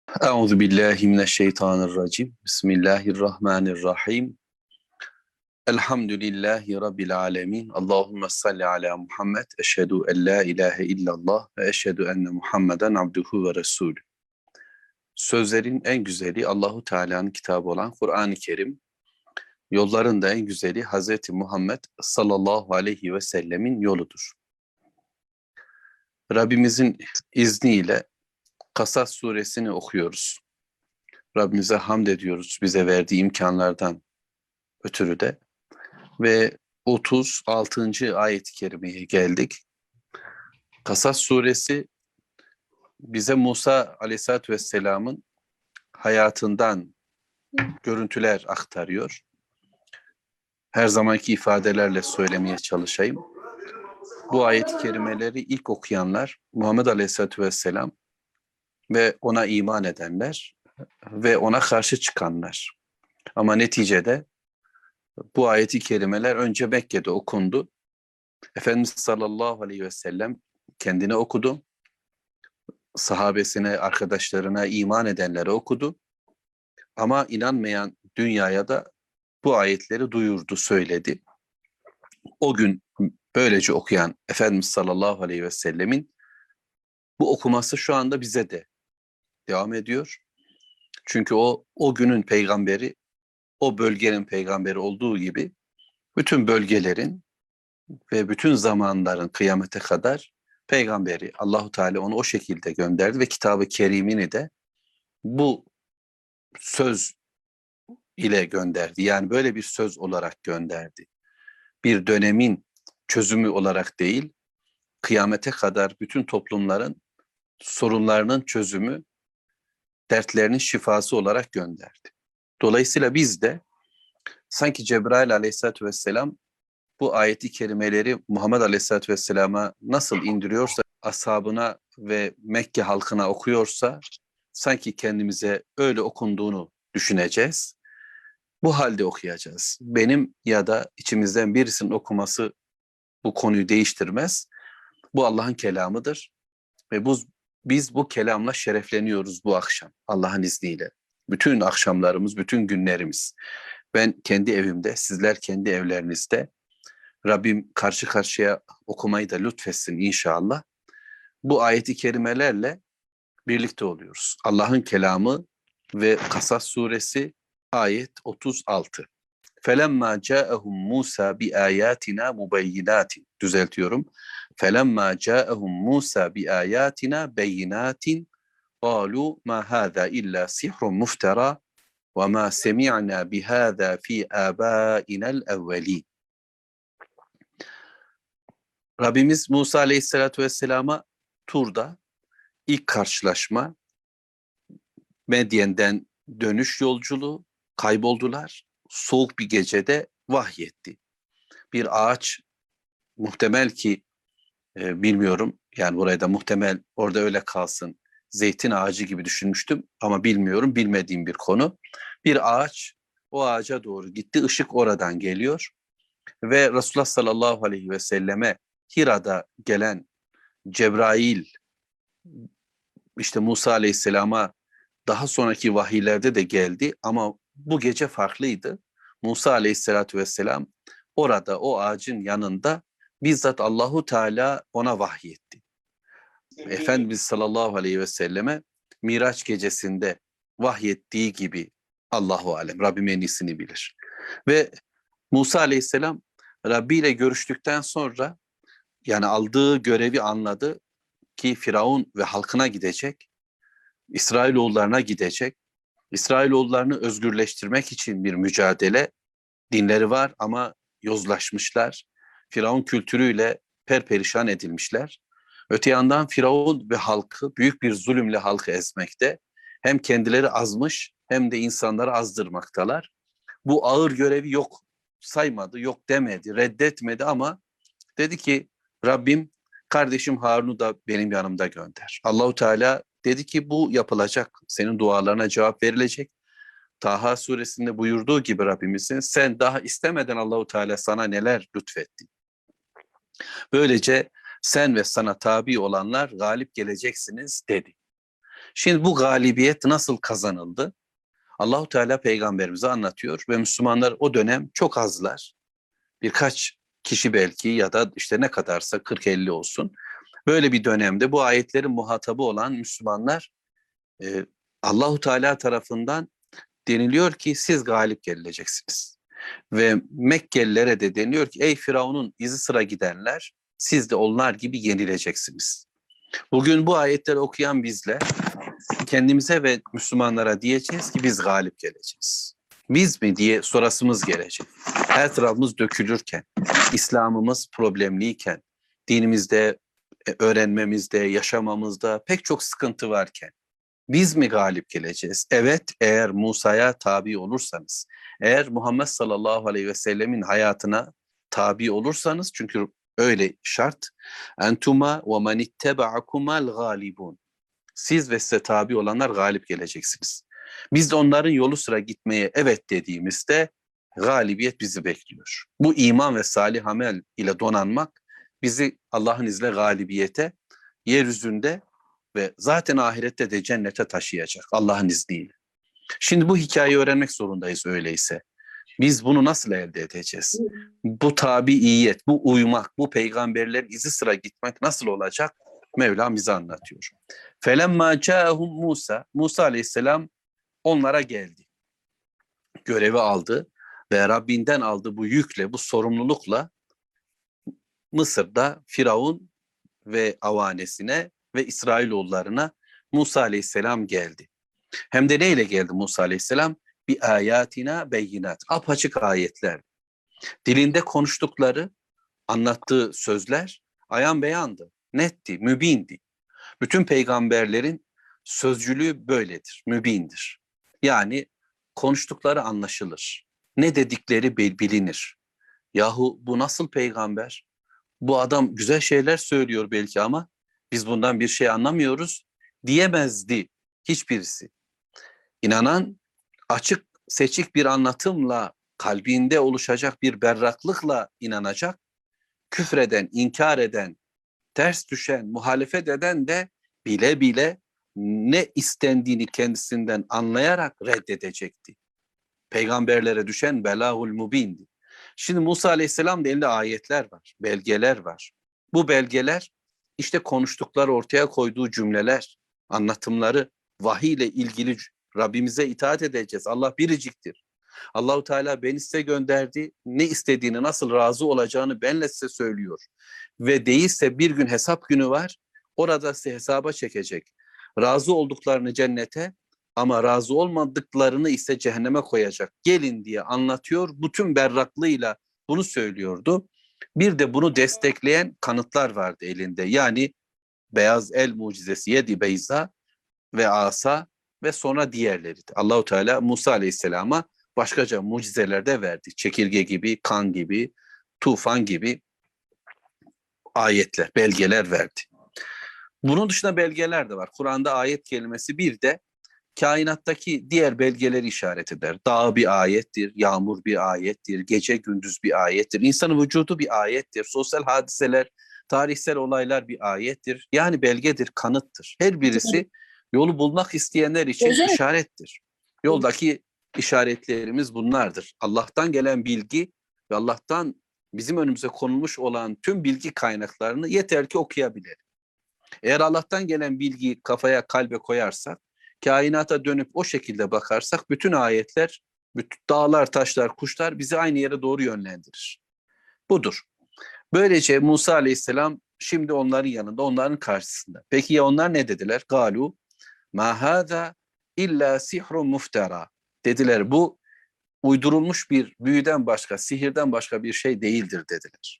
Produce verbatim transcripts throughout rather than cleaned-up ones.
Euzu billahi mineşşeytanirracim. Bismillahirrahmanirrahim. Elhamdülillahi rabbil alamin. Allahumme salli ala Muhammed. Eşhedü en la ilahe illallah ve eşhedü enne Muhammeden abduhu ve resulü. Sözlerin en güzeli Allahu Teala'nın kitabı olan Kur'an-ı Kerim. Yolların da en güzeli Hazreti Muhammed sallallahu aleyhi ve sellemin yoludur. Rabbimizin izniyle Kasas suresini okuyoruz. Rabbimize hamd ediyoruz bize verdiği imkanlardan ötürü de. Ve otuz altıncı ayet-i kerimeye geldik. Kasas suresi bize Musa aleyhissalatü vesselamın hayatından görüntüler aktarıyor. Her zamanki ifadelerle söylemeye çalışayım. Bu ayet-i kerimeleri ilk okuyanlar Muhammed aleyhissalatü vesselam ve ona iman edenler ve ona karşı çıkanlar. Ama neticede bu ayet-i kerimeler önce Mekke'de okundu. Efendimiz sallallahu aleyhi ve sellem kendine okudu. Sahabesine, arkadaşlarına, iman edenlere okudu. Ama inanmayan dünyaya da bu ayetleri duyurdu, söyledi. O gün böylece okuyan Efendimiz sallallahu aleyhi ve sellemin bu okuması şu anda bize de devam ediyor. Çünkü o o günün peygamberi, o bölgenin peygamberi olduğu gibi bütün bölgelerin ve bütün zamanların kıyamete kadar peygamberi, Allahu Teala onu o şekilde gönderdi ve kitabı kerimini de bu söz ile gönderdi. Yani böyle bir söz olarak gönderdi. Bir dönemin çözümü olarak değil, kıyamete kadar bütün toplumların sorunlarının çözümü, dertlerinin şifası olarak gönderdi. Dolayısıyla biz de sanki Cebrail aleyhissalatü vesselam bu ayeti kerimeleri Muhammed aleyhissalatü vesselama nasıl indiriyorsa, ashabına ve Mekke halkına okuyorsa, sanki kendimize öyle okunduğunu düşüneceğiz. Bu halde okuyacağız. Benim ya da içimizden birisinin okuması bu konuyu değiştirmez. Bu Allah'ın kelamıdır. Ve bu, biz bu kelamla şerefleniyoruz bu akşam Allah'ın izniyle. Bütün akşamlarımız, bütün günlerimiz. Ben kendi evimde, sizler kendi evlerinizde. Rabbim karşı karşıya okumayı da lütfetsin inşallah. Bu ayeti kerimelerle birlikte oluyoruz. Allah'ın kelamı ve Kasas suresi ayet otuz altı. فَلَمَّا جَاءَهُمْ مُوسَى بِآيَاتِنَا مُبَيِّنَاتٍ Düzeltiyorum. فَلَمَّا جَاءَهُمْ مُوسَى بِآيَاتِنَا بَيِّنَاتٍ قَالُوا مَا هَذَا إِلَّا سِحْرٌ مُفْتَرًى وَمَا سَمِعْنَا بِهَذَا فِي آبَائِنَا الْأَوَّلِينَ Rabbimiz Musa Aleyhisselatü Vesselam'a Tur'da ilk karşılaşma, Medyen'den dönüş yolculuğu, kayboldular. Soğuk bir gecede vahyetti. Bir ağaç, muhtemel ki e, bilmiyorum, yani buraya da muhtemel orada öyle kalsın, zeytin ağacı gibi düşünmüştüm ama bilmiyorum, bilmediğim bir konu. Bir ağaç o ağaca doğru gitti, ışık oradan geliyor ve Resulullah sallallahu aleyhi ve selleme Hira'da gelen Cebrail, işte Musa aleyhisselama daha sonraki vahiylerde de geldi ama bu gece farklıydı. Musa aleyhisselatü vesselam orada o ağacın yanında bizzat Allahu Teala ona vahyetti. Efendimiz sallallahu aleyhi ve selleme Miraç gecesinde vahyettiği gibi, Allahu alem, Rabbim en iyisini bilir. Ve Musa aleyhisselam Rabbi ile görüştükten sonra, yani aldığı görevi anladı ki Firavun ve halkına gidecek, İsrailoğullarına gidecek. İsrailoğullarını özgürleştirmek için bir mücadele, dinleri var ama yozlaşmışlar. Firavun kültürüyle perperişan edilmişler. Öte yandan Firavun ve halkı büyük bir zulümle halkı ezmekte. Hem kendileri azmış hem de insanları azdırmaktalar. Bu ağır görevi yok saymadı, yok demedi, reddetmedi ama dedi ki Rabbim kardeşim Harun'u da benim yanımda gönder. Allahu Teala dedi ki bu yapılacak. Senin dualarına cevap verilecek. Taha suresinde buyurduğu gibi Rabbimizin, sen daha istemeden Allahu Teala sana neler lütfetti. Böylece sen ve sana tabi olanlar galip geleceksiniz dedi. Şimdi bu galibiyet nasıl kazanıldı? Allahu Teala peygamberimize anlatıyor ve Müslümanlar o dönem çok azlar. Birkaç kişi belki ya da işte ne kadarsa kırk elli olsun. Böyle bir dönemde bu ayetlerin muhatabı olan Müslümanlar e, Allahu Teala tarafından deniliyor ki siz galip geleceksiniz. Ve Mekkelilere de deniyor ki ey Firavun'un izi sıra gidenler siz de onlar gibi yenileceksiniz. Bugün bu ayetleri okuyan bizler kendimize ve Müslümanlara diyeceğiz ki biz galip geleceğiz. Biz mi diye sorasımız gelecek. Her tarafımız dökülürken, İslam'ımız problemliyken, dinimizde, öğrenmemizde, yaşamamızda pek çok sıkıntı varken biz mi galip geleceğiz? Evet, eğer Musa'ya tabi olursanız, eğer Muhammed sallallahu aleyhi ve sellemin hayatına tabi olursanız, çünkü öyle şart. Entuma ve men itteba'akumal galibun. Siz ve size tabi olanlar galip geleceksiniz. Biz de onların yolu sıra gitmeye evet dediğimizde galibiyet bizi bekliyor. Bu iman ve salih amel ile donanmak bizi Allah'ın izniyle galibiyete, yeryüzünde ve zaten ahirette de cennete taşıyacak Allah'ın izniyle. Şimdi bu hikayeyi öğrenmek zorundayız öyleyse. Biz bunu nasıl elde edeceğiz? Bu tabiiyet, bu uymak, bu peygamberlerin izi sıra gitmek nasıl olacak? Mevlam bize anlatıyor. Felemma ca'ahum Musa, Musa aleyhisselam onlara geldi. Görevi aldı ve Rabbinden aldı bu yükle, bu sorumlulukla Mısır'da Firavun ve avanesine ve İsrailoğullarına Musa aleyhisselam geldi. Hem de neyle geldi Musa aleyhisselam? Bi ayatina beyinat, apaçık ayetler. Dilinde konuştukları, anlattığı sözler ayan beyandı, netti, mübindi. Bütün peygamberlerin sözcülüğü böyledir, mübindir. Yani konuştukları anlaşılır. Ne dedikleri bilinir. Yahu bu nasıl peygamber? Bu adam güzel şeyler söylüyor belki ama biz bundan bir şey anlamıyoruz diyemezdi hiçbirisi. İnanan açık seçik bir anlatımla, kalbinde oluşacak bir berraklıkla inanacak, küfreden, inkar eden, ters düşen, muhalefet eden de bile bile ne istendiğini kendisinden anlayarak reddedecekti. Peygamberlere düşen belâhul mubindi. Şimdi Musa Aleyhisselam'da elinde ayetler var, belgeler var. Bu belgeler işte konuştukları, ortaya koyduğu cümleler, anlatımları, vahiy ile ilgili Rabbimize itaat edeceğiz. Allah biriciktir. Allahu Teala beni size gönderdi. Ne istediğini, nasıl razı olacağını benle size söylüyor. Ve değilse bir gün hesap günü var. Orada size hesaba çekecek. Razı olduklarını cennete ama razı olmadıklarını ise cehenneme koyacak. Gelin diye anlatıyor. Bütün berraklığıyla bunu söylüyordu. Bir de bunu destekleyen kanıtlar vardı elinde. Yani beyaz el mucizesi yedi beyza ve asa ve sonra diğerleri. Allahu Teala Musa Aleyhisselam'a başkaca mucizeler de verdi. Çekirge gibi, kan gibi, tufan gibi ayetler, belgeler verdi. Bunun dışında belgeler de var. Kur'an'da ayet kelimesi bir de kainattaki diğer belgeleri işaret eder. Dağ bir ayettir, yağmur bir ayettir, gece gündüz bir ayettir. İnsanın vücudu bir ayettir, sosyal hadiseler, tarihsel olaylar bir ayettir. Yani belgedir, kanıttır. Her birisi yolu bulmak isteyenler için Evet. işarettir. Yoldaki işaretlerimiz bunlardır. Allah'tan gelen bilgi ve Allah'tan bizim önümüze konulmuş olan tüm bilgi kaynaklarını yeter ki okuyabilelim. Eğer Allah'tan gelen bilgiyi kafaya, kalbe koyarsak, kainata dönüp o şekilde bakarsak bütün ayetler, bütün dağlar, taşlar, kuşlar bizi aynı yere doğru yönlendirir. Budur. Böylece Musa Aleyhisselam şimdi onların yanında, onların karşısında. Peki ya onlar ne dediler? Galu ma hâzâ illa sihrun muftera. Dediler bu uydurulmuş bir büyüden başka, sihirden başka bir şey değildir dediler.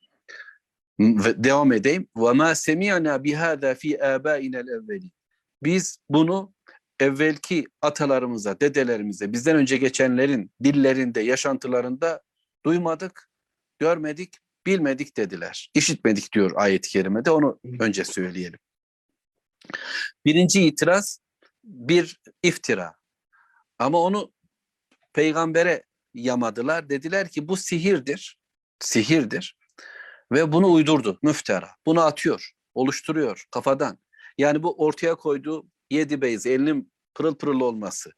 Devam edeyim. وَمَا سَمِعْنَا بِهَذَا ف۪ي آبَائِنَا الْاَوَّلِينَ. Biz bunu evvelki atalarımıza, dedelerimize, bizden önce geçenlerin dillerinde, yaşantılarında duymadık, görmedik, bilmedik dediler. İşitmedik diyor ayet-i kerimede. Onu önce söyleyelim. Birinci itiraz bir iftira. Ama onu peygambere yamadılar. Dediler ki bu sihirdir. Sihirdir. Ve bunu uydurdu, müftera. Bunu atıyor, oluşturuyor kafadan. Yani bu ortaya koyduğu yedi beyz, elinin pırıl pırıl olması,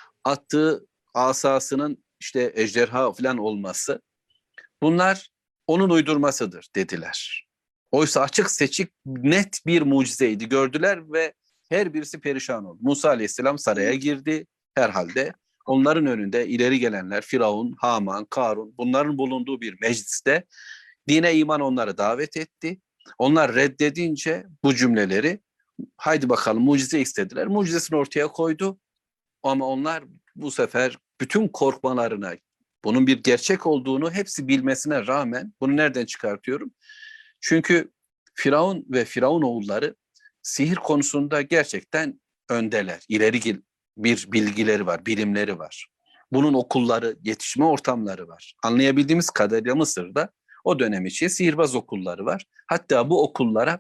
attığı asasının işte ejderha falan olması, bunlar onun uydurmasıdır dediler. Oysa açık seçik net bir mucizeydi. Gördüler ve her birisi perişan oldu. Musa Aleyhisselam saraya girdi herhalde. Onların önünde ileri gelenler Firavun, Haman, Karun, bunların bulunduğu bir mecliste dine iman onları davet etti. Onlar reddedince bu cümleleri, haydi bakalım mucize istediler. Mucizesini ortaya koydu ama onlar bu sefer bütün korkmalarına, bunun bir gerçek olduğunu hepsi bilmesine rağmen, bunu nereden çıkartıyorum? Çünkü Firavun ve Firavun oğulları sihir konusunda gerçekten öndeler. İleri bir bilgileri var, bilimleri var. Bunun okulları, yetişme ortamları var. Anlayabildiğimiz kadarıyla Mısır'da o dönem için sihirbaz okulları var. Hatta bu okullara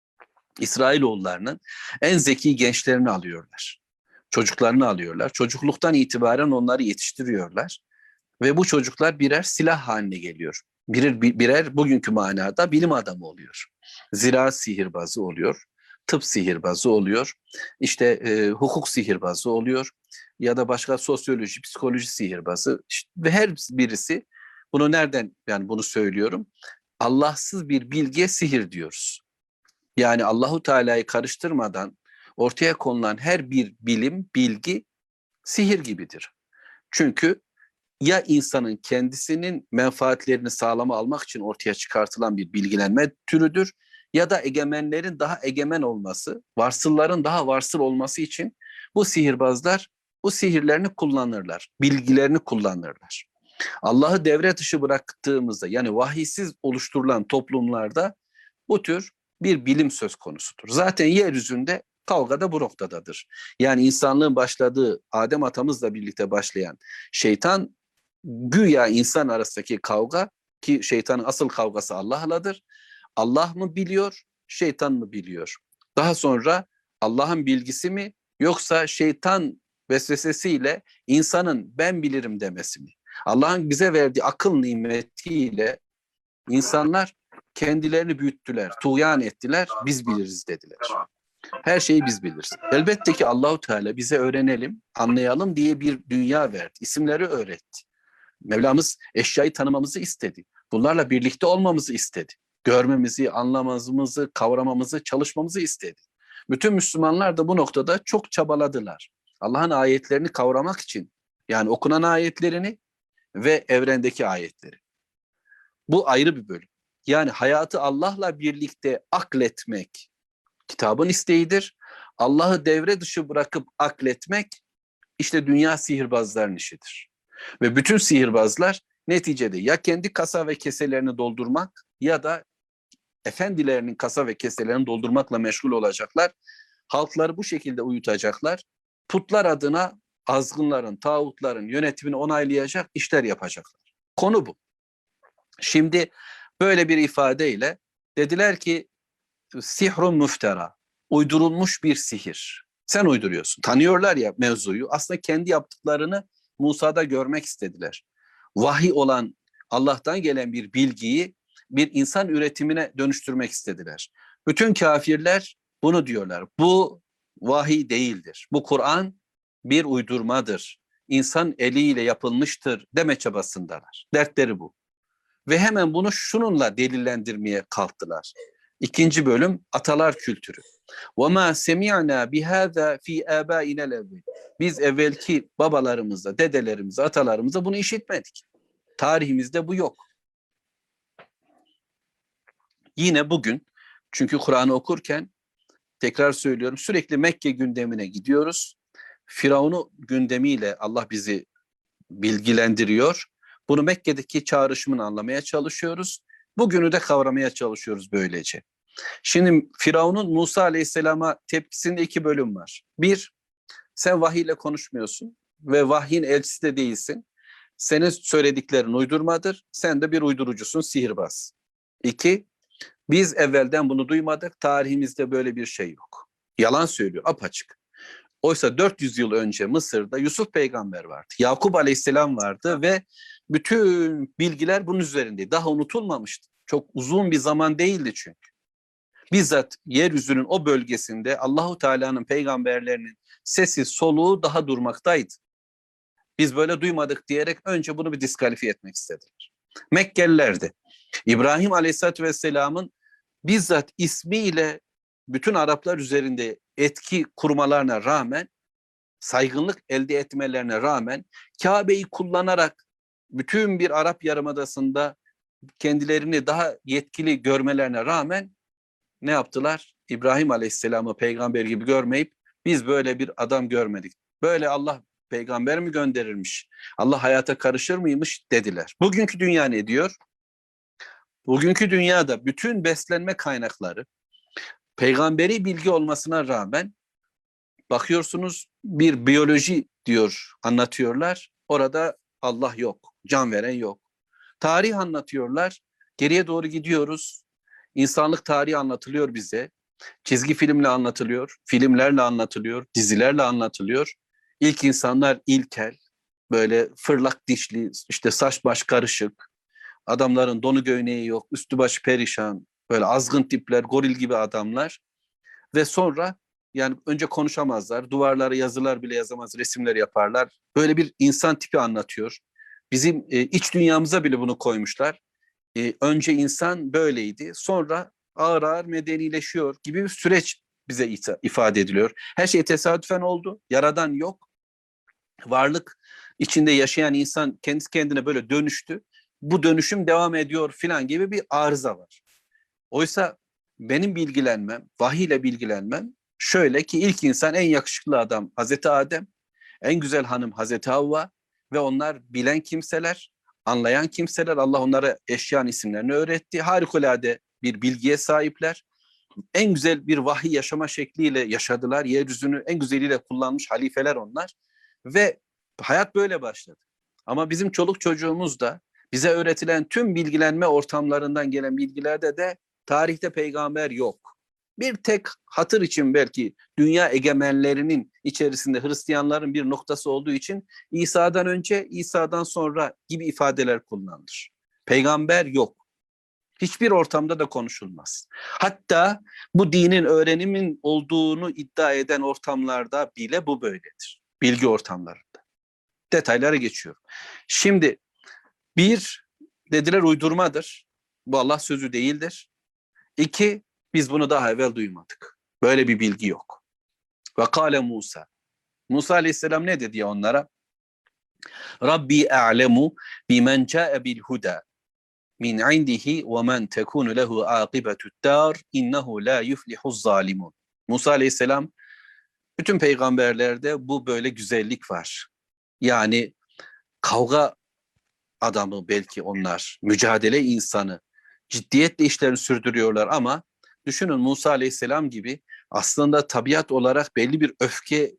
İsrailoğullarının en zeki gençlerini alıyorlar. Çocuklarını alıyorlar. Çocukluktan itibaren onları yetiştiriyorlar. Ve bu çocuklar birer silah haline geliyor. Birer, birer bugünkü manada bilim adamı oluyor. Ziraat sihirbazı oluyor. Tıp sihirbazı oluyor. İşte e, hukuk sihirbazı oluyor. Ya da başka sosyoloji, psikoloji sihirbazı. İşte, ve her birisi, bunu nereden yani bunu söylüyorum? Allahsız bir bilgiye sihir diyoruz. Yani Allahu Teala'yı karıştırmadan ortaya konulan her bir bilim, bilgi sihir gibidir. Çünkü ya insanın kendisinin menfaatlerini sağlama almak için ortaya çıkartılan bir bilgilenme türüdür, ya da egemenlerin daha egemen olması, varsılların daha varsıl olması için bu sihirbazlar bu sihirlerini kullanırlar, bilgilerini kullanırlar. Allah'ı devre dışı bıraktığımızda, yani vahiysiz oluşturulan toplumlarda bu tür bir bilim söz konusudur. Zaten yeryüzünde kavga da bu noktadadır. Yani insanlığın başladığı, Adem atamızla birlikte başlayan şeytan, güya insan arasındaki kavga, ki şeytanın asıl kavgası Allah'ladır. Allah mı biliyor, şeytan mı biliyor? Daha sonra Allah'ın bilgisi mi, yoksa şeytan vesvesesiyle insanın ben bilirim demesi mi? Allah'ın bize verdiği akıl nimetiyle insanlar kendilerini büyüttüler, tuğyan ettiler, biz biliriz dediler. Her şeyi biz biliriz. Elbette ki Allahu Teala bize öğrenelim, anlayalım diye bir dünya verdi. İsimleri öğretti. Mevlamız eşyayı tanımamızı istedi. Bunlarla birlikte olmamızı istedi. Görmemizi, anlamamızı, kavramamızı, çalışmamızı istedi. Bütün Müslümanlar da bu noktada çok çabaladılar. Allah'ın ayetlerini kavramak için, yani okunan ayetlerini ve evrendeki ayetleri. Bu ayrı bir bölüm. Yani hayatı Allah'la birlikte akletmek kitabın isteğidir. Allah'ı devre dışı bırakıp akletmek işte dünya sihirbazların işidir. Ve bütün sihirbazlar neticede ya kendi kasa ve keselerini doldurmak ya da efendilerinin kasa ve keselerini doldurmakla meşgul olacaklar. Halkları bu şekilde uyutacaklar. Putlar adına azgınların, tağutların yönetimini onaylayacak işler yapacaklar. Konu bu. Şimdi böyle bir ifadeyle dediler ki sihrun müftera, uydurulmuş bir sihir. Sen uyduruyorsun. Tanıyorlar ya mevzuyu. Aslında kendi yaptıklarını Musa'da görmek istediler. Vahiy olan, Allah'tan gelen bir bilgiyi bir insan üretimine dönüştürmek istediler. Bütün kafirler bunu diyorlar. Bu vahiy değildir. Bu Kur'an bir uydurmadır. İnsan eliyle yapılmıştır deme çabasındalar. Dertleri bu. Ve hemen bunu şununla delillendirmeye kalktılar. İkinci bölüm atalar kültürü. وَمَا سَمِعْنَا بِهَذَا ف۪ي آبَائِنَا الْاَوَّلِ Biz evvelki babalarımızda, dedelerimize, atalarımıza bunu işitmedik. Tarihimizde bu yok. Yine bugün, çünkü Kur'an'ı okurken, tekrar söylüyorum, sürekli Mekke gündemine gidiyoruz. Firavun'u gündemiyle Allah bizi bilgilendiriyor. Bunu Mekke'deki çağrışımını anlamaya çalışıyoruz. Bugünü de kavramaya çalışıyoruz böylece. Şimdi Firavun'un Musa Aleyhisselam'a tepkisinde iki bölüm var. Bir, sen vahiyle konuşmuyorsun ve vahyin elçisi de değilsin. Senin söylediklerin uydurmadır. Sen de bir uydurucusun, sihirbaz. İki, biz evvelden bunu duymadık. Tarihimizde böyle bir şey yok. Yalan söylüyor, apaçık. Oysa dört yüz yıl önce Mısır'da Yusuf peygamber vardı. Yakup Aleyhisselam vardı ve bütün bilgiler bunun üzerindeydi. Daha unutulmamıştı. Çok uzun bir zaman değildi çünkü. bizzat yeryüzünün o bölgesinde Allahu Teala'nın peygamberlerinin sesi soluğu daha durmaktaydı. Biz böyle duymadık diyerek önce bunu bir diskalifiye etmek istediler. Mekkeliler de İbrahim Aleyhisselatü Vesselam'ın bizzat ismiyle bütün Araplar üzerinde etki kurmalarına rağmen, saygınlık elde etmelerine rağmen, Kabe'yi kullanarak bütün bir Arap Yarımadası'nda kendilerini daha yetkili görmelerine rağmen ne yaptılar? İbrahim Aleyhisselam'ı peygamber gibi görmeyip biz böyle bir adam görmedik. Böyle Allah peygamber mi gönderirmiş? Allah hayata karışır mıymış dediler. Bugünkü dünya ne diyor? Bugünkü dünyada bütün beslenme kaynakları peygamberi bilgi olmasına rağmen bakıyorsunuz bir biyoloji diyor, anlatıyorlar. Orada Allah yok, can veren yok. Tarih anlatıyorlar. Geriye doğru gidiyoruz. İnsanlık tarihi anlatılıyor bize. Çizgi filmle anlatılıyor, filmlerle anlatılıyor, dizilerle anlatılıyor. İlk insanlar ilkel, böyle fırlak dişli, işte saç baş karışık, adamların donu göğneği yok, üstü başı perişan, böyle azgın tipler, goril gibi adamlar. Ve sonra yani önce konuşamazlar, duvarlara yazılar bile yazamaz, resimler yaparlar. Böyle bir insan tipi anlatıyor. Bizim e, iç dünyamıza bile bunu koymuşlar. E, önce insan böyleydi, sonra ağır ağır medenileşiyor gibi bir süreç bize ifade ediliyor. Her şey tesadüfen oldu, yaradan yok. Varlık içinde yaşayan insan kendisi kendine böyle dönüştü. Bu dönüşüm devam ediyor filan gibi bir arıza var. Oysa benim bilgilenmem, vahiy ile bilgilenmem şöyle ki ilk insan en yakışıklı adam Hazreti Adem, en güzel hanım Hazreti Havva ve onlar bilen kimseler, anlayan kimseler. Allah onlara eşyanın isimlerini öğretti. Harikulade bir bilgiye sahipler. En güzel bir vahiy yaşama şekliyle yaşadılar. Yeryüzünü en güzeliyle kullanmış halifeler onlar. Ve hayat böyle başladı. Ama bizim çoluk çocuğumuz da bize öğretilen tüm bilgilenme ortamlarından gelen bilgilerde de tarihte peygamber yok. Bir tek hatır için belki dünya egemenlerinin içerisinde Hristiyanların bir noktası olduğu için İsa'dan önce, İsa'dan sonra gibi ifadeler kullanılır. Peygamber yok. Hiçbir ortamda da konuşulmaz. Hatta bu dinin öğrenimin olduğunu iddia eden ortamlarda bile bu böyledir. Bilgi ortamlarında. Detaylara geçiyorum. Şimdi bir, dediler uydurmadır. Bu Allah sözü değildir. İki, biz bunu daha evvel duymadık. Böyle bir bilgi yok. Ve kâle Musa. Musa aleyhisselam ne dedi ya onlara? Rabbi a'lemu bimen câe bil huda min indihi ve men tekunu lehu âkibetü'd-dâr innehu la yuflihuz zalimun. Musa aleyhisselam bütün peygamberlerde bu böyle güzellik var. Yani kavga adamı belki onlar, mücadele insanı, ciddiyetle işlerini sürdürüyorlar ama düşünün Musa aleyhisselam gibi aslında tabiat olarak belli bir öfke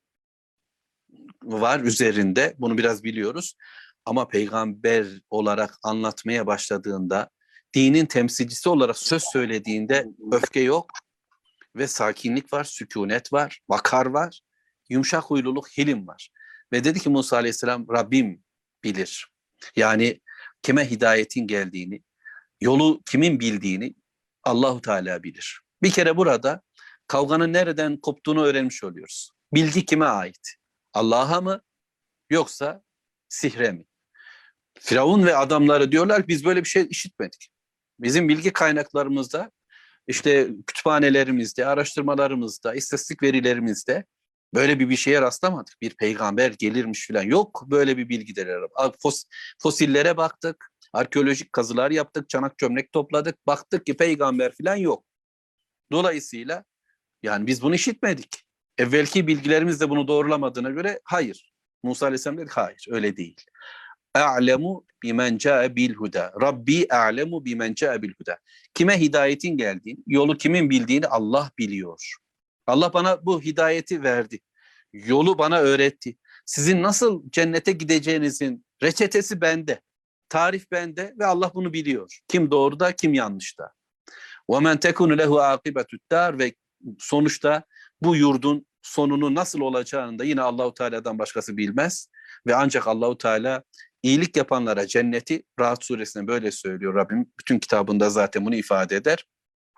var üzerinde, bunu biraz biliyoruz. Ama peygamber olarak anlatmaya başladığında, dinin temsilcisi olarak söz söylediğinde öfke yok ve sakinlik var, sükunet var, vakar var, yumuşak huyluluk, hilim var. Ve dedi ki Musa aleyhisselam, Rabbim bilir. Yani kime hidayetin geldiğini, yolu kimin bildiğini Allahu Teala bilir. Bir kere burada kavganın nereden koptuğunu öğrenmiş oluyoruz. Bilgi kime ait? Allah'a mı yoksa sihre mi? Firavun ve adamları diyorlar biz böyle bir şey işitmedik. Bizim bilgi kaynaklarımızda, işte kütüphanelerimizde, araştırmalarımızda, istatistik verilerimizde böyle bir bir şeye rastlamadık. Bir peygamber gelirmiş falan yok böyle bir bilgiler. Fos, fosillere baktık, arkeolojik kazılar yaptık, çanak çömlek topladık, baktık ki peygamber falan yok. Dolayısıyla yani biz bunu işitmedik. Evvelki bilgilerimiz de bunu doğrulamadığına göre hayır. Musa Aleyhisselam dedi hayır öyle değil. A'lemu bimen ca'e bil huda. Rabbi a'lemu bimen ca'e bil huda. Kime hidayetin geldiğini, yolu kimin bildiğini Allah biliyor. Allah bana bu hidayeti verdi. Yolu bana öğretti. Sizin nasıl cennete gideceğinizin reçetesi bende. Tarif bende ve Allah bunu biliyor. Kim doğruda, kim yanlışta. وَمَنْ تَكُنُ لَهُ عَاقِبَةُ الدَّارِ Ve sonuçta bu yurdun sonunu nasıl olacağını da yine Allahu Teala'dan başkası bilmez. Ve ancak Allahu Teala iyilik yapanlara cenneti, Rahat suresinde böyle söylüyor Rabbim. Bütün kitabında zaten bunu ifade eder.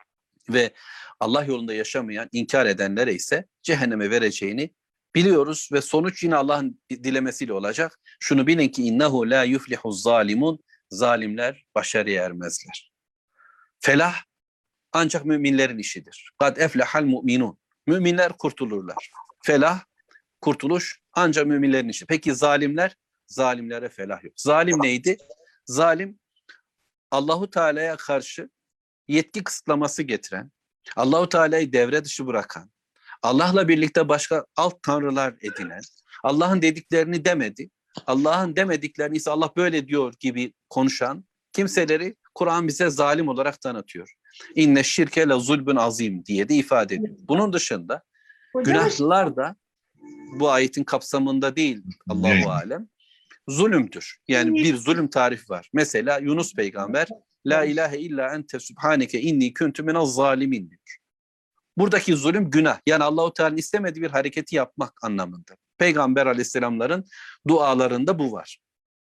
Ve Allah yolunda yaşamayan, inkar edenlere ise cehenneme vereceğini biliyoruz ve sonuç yine Allah'ın dilemesiyle olacak. Şunu bilin ki innehu la yuflihu zalimun, zalimler başarıya ermezler. Felah ancak müminlerin işidir. Kad eflehal mu'minun. Müminler kurtulurlar. Felah, kurtuluş ancak müminlerin işi. Peki zalimler? Zalimlere felah yok. Zalim neydi? Zalim Allahu Teala'ya karşı yetki kısıtlaması getiren, Allahu Teala'yı devre dışı bırakan, Allah'la birlikte başka alt tanrılar edinen, Allah'ın dediklerini demedi, Allah'ın demediklerini ise Allah böyle diyor gibi konuşan kimseleri Kur'an bize zalim olarak tanıtıyor. İnne şirke le zulbün azim diye de ifade ediyor. Bunun dışında günahlar da bu ayetin kapsamında değil, Allahu alem, zulümdür. Yani bir zulüm tarifi var. Mesela Yunus peygamber la ilahe illa ente subhaneke inni kuntu minez zalimin diyor. Buradaki zulüm günah. Yani Allahu Teala'nın istemediği bir hareketi yapmak anlamında. Peygamber aleyhisselamların dualarında bu var.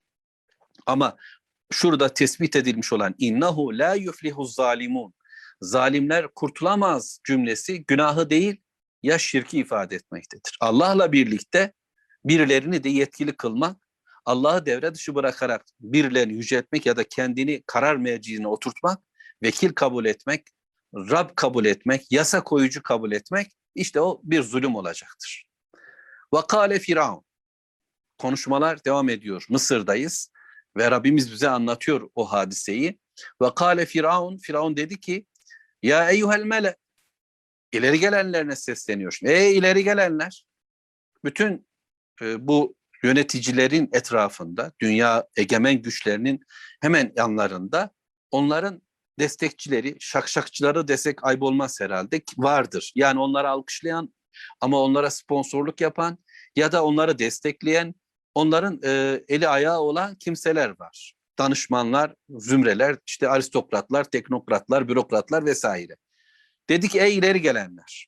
Ama şurada tespit edilmiş olan innehu la yuflihu zalimun. Zalimler kurtulamaz cümlesi günahı değil ya şirki ifade etmektedir. Allah'la birlikte birilerini de yetkili kılmak, Allah'ı devre dışı bırakarak birilerini yüceltmek ya da kendini karar merciine oturtmak, vekil kabul etmek, Rab kabul etmek, yasa koyucu kabul etmek, işte o bir zulüm olacaktır. Vakale Firavun. Konuşmalar devam ediyor. Mısır'dayız ve Rabbimiz bize anlatıyor o hadiseyi. Vakale Firavun, Firavun dedi ki, ya eyyuhel mele, ileri gelenlerine sesleniyor. Ey ileri gelenler, bütün e, bu yöneticilerin etrafında, dünya egemen güçlerinin hemen yanlarında onların destekçileri, şakşakçıları desek ayıp olmaz herhalde, vardır. Yani onları alkışlayan ama onlara sponsorluk yapan ya da onları destekleyen, onların e, eli ayağı olan kimseler var. Danışmanlar, zümreler, işte aristokratlar, teknokratlar, bürokratlar vesaire. Dedi ki ey ileri gelenler,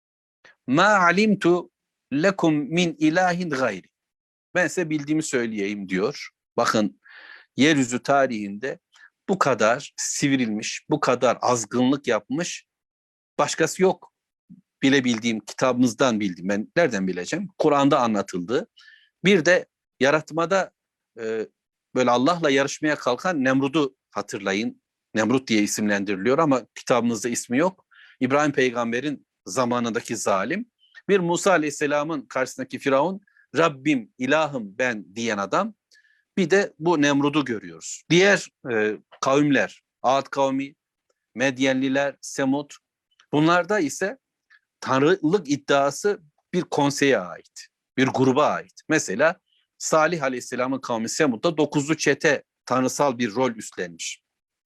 ma alimtu lekum min ilahin gayri. Ben size bildiğimi söyleyeyim diyor. Bakın yeryüzü tarihinde bu kadar sivrilmiş, bu kadar azgınlık yapmış başkası yok. Bilebildiğim, kitabımızdan bildiğim, ben nereden bileceğim? Kur'an'da anlatıldı. Bir de yaratmada e, böyle Allah'la yarışmaya kalkan Nemrud'u hatırlayın. Nemrut diye isimlendiriliyor ama kitabımızda ismi yok. İbrahim peygamberin zamanındaki zalim. Bir Musa aleyhisselamın karşısındaki Firavun, Rabbim, ilahım ben diyen adam. Bir de bu Nemrud'u görüyoruz. Diğer e, kavimler, Ad kavmi, Medyenliler, Semud, bunlarda ise tanrılık iddiası bir konseye ait, bir gruba ait. Mesela Salih Aleyhisselam'ın kavmi Semud'da dokuzlu çete tanrısal bir rol üstlenmiş.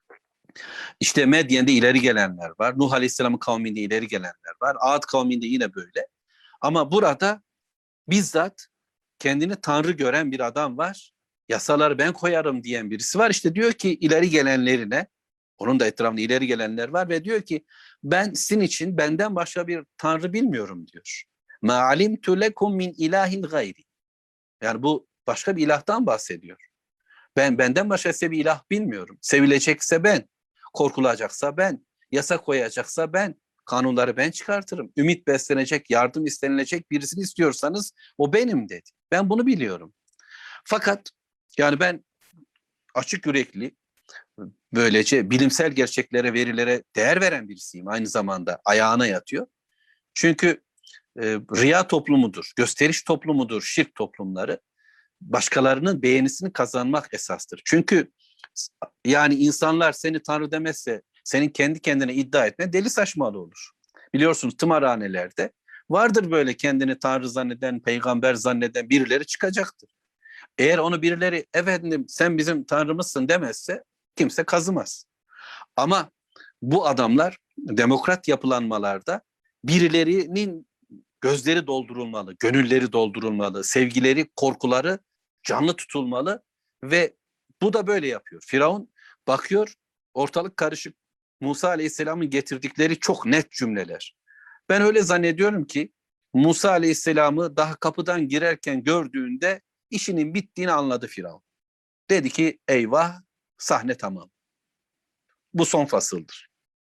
İşte Medyen'de ileri gelenler var. Nuh Aleyhisselam'ın kavminde ileri gelenler var. Ad kavminde yine böyle. Ama burada bizzat kendini tanrı gören bir adam var. Yasaları ben koyarım diyen birisi var. İşte diyor ki ileri gelenlerine, onun da etrafında ileri gelenler var ve diyor ki ben sizin için benden başka bir tanrı bilmiyorum diyor. Ma alimtu lekum min ilahin gayri. Yani bu başka bir ilahtan bahsediyor. Ben benden başka size bir ilah bilmiyorum. Sevilecekse ben, korkulacaksa ben, yasa koyacaksa ben, kanunları ben çıkartırım. Ümit beslenecek, yardım istenilecek birisini istiyorsanız o benim dedi. Ben bunu biliyorum. Fakat yani ben açık yürekli, böylece bilimsel gerçeklere, verilere değer veren birisiyim. Aynı zamanda ayağına yatıyor. Çünkü e, riya toplumudur, gösteriş toplumudur, şirk toplumları. Başkalarının beğenisini kazanmak esastır. Çünkü yani insanlar seni tanrı demezse senin kendi kendine iddia etme deli saçmalı olur. Biliyorsunuz tımarhanelerde vardır böyle kendini tanrı zanneden, peygamber zanneden birileri çıkacaktır. Eğer onu birileri efendim sen bizim tanrımızsın demezse kimse kazımaz. Ama bu adamlar demokrat yapılanmalarda birilerinin gözleri doldurulmalı, gönülleri doldurulmalı, sevgileri, korkuları canlı tutulmalı ve bu da böyle yapıyor. Firavun bakıyor, ortalık karışık. Musa Aleyhisselam'ın getirdikleri çok net cümleler. Ben öyle zannediyorum ki Musa Aleyhisselam'ı daha kapıdan girerken gördüğünde işinin bittiğini anladı Firavun. Dedi ki eyvah, sahne tamam. Bu son fasıldır.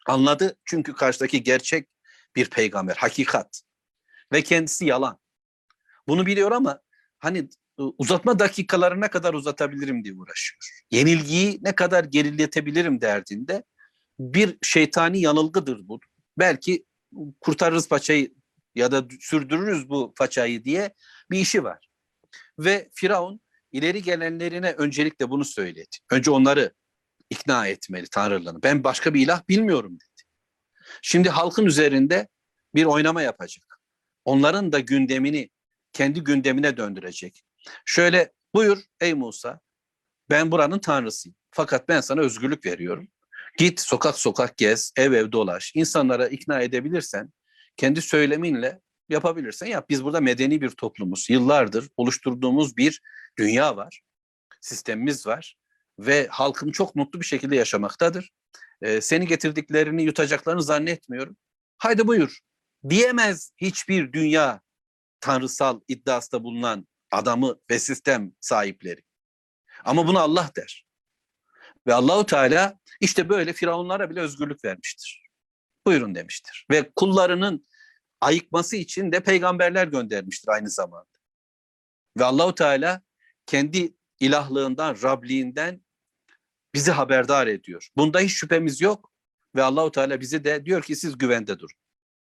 Anladı çünkü karşıdaki gerçek bir peygamber, hakikat ve kendisi yalan. Bunu biliyor ama hani uzatma dakikaları ne kadar uzatabilirim diye uğraşıyor. Yenilgiyi ne kadar geriletebilirim derdinde. Bir şeytani yanılgıdır bu. Belki kurtarırız paçayı ya da sürdürürüz bu paçayı diye bir işi var. Ve Firavun ileri gelenlerine öncelikle bunu söyledi. Önce onları ikna etmeli tanrılığını. Ben başka bir ilah bilmiyorum dedi. Şimdi halkın üzerinde bir oynama yapacak. Onların da gündemini kendi gündemine döndürecek. Şöyle buyur ey Musa, ben buranın tanrısıyım. Fakat ben sana özgürlük veriyorum. Git sokak sokak gez, ev ev dolaş. İnsanlara ikna edebilirsen, kendi söyleminle yapabilirsen yap. Biz burada medeni bir toplumuz. Yıllardır oluşturduğumuz bir dünya var. Sistemimiz var. Ve halkım çok mutlu bir şekilde yaşamaktadır. Ee, seni getirdiklerini yutacaklarını zannetmiyorum. Haydi buyur. Diyemez hiçbir dünya tanrısal iddiasında bulunan adamı ve sistem sahipleri. Ama bunu Allah der. Ve Allahu Teala işte böyle firavunlara bile özgürlük vermiştir. Buyurun demiştir. Ve kullarının ayıkması için de peygamberler göndermiştir aynı zamanda. Ve Allahu Teala kendi ilahlığından, Rabliğinden bizi haberdar ediyor. Bunda hiç şüphemiz yok. Ve Allahu Teala bizi de diyor ki siz güvende durun.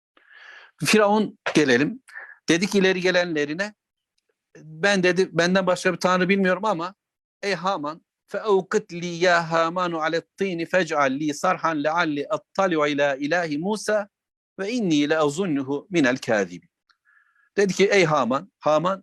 Firavun gelelim. Dedik ileri gelenlerine, ben dedi benden başka bir tanrı bilmiyorum ama ey Haman فَاَوْقِتْ لِي يَا هَامَانُ عَلَى الطِّينِ فَاجْعَلْ لِي صَرْحًا لَعَلِّ أَطَّلِعُ اِلَى اِلَٰهِ مُوسَى وَاِنِّي لَأَظُنُّهُ مِنَ الْكَاذِبِينَ. Dedi ki ey Haman, Haman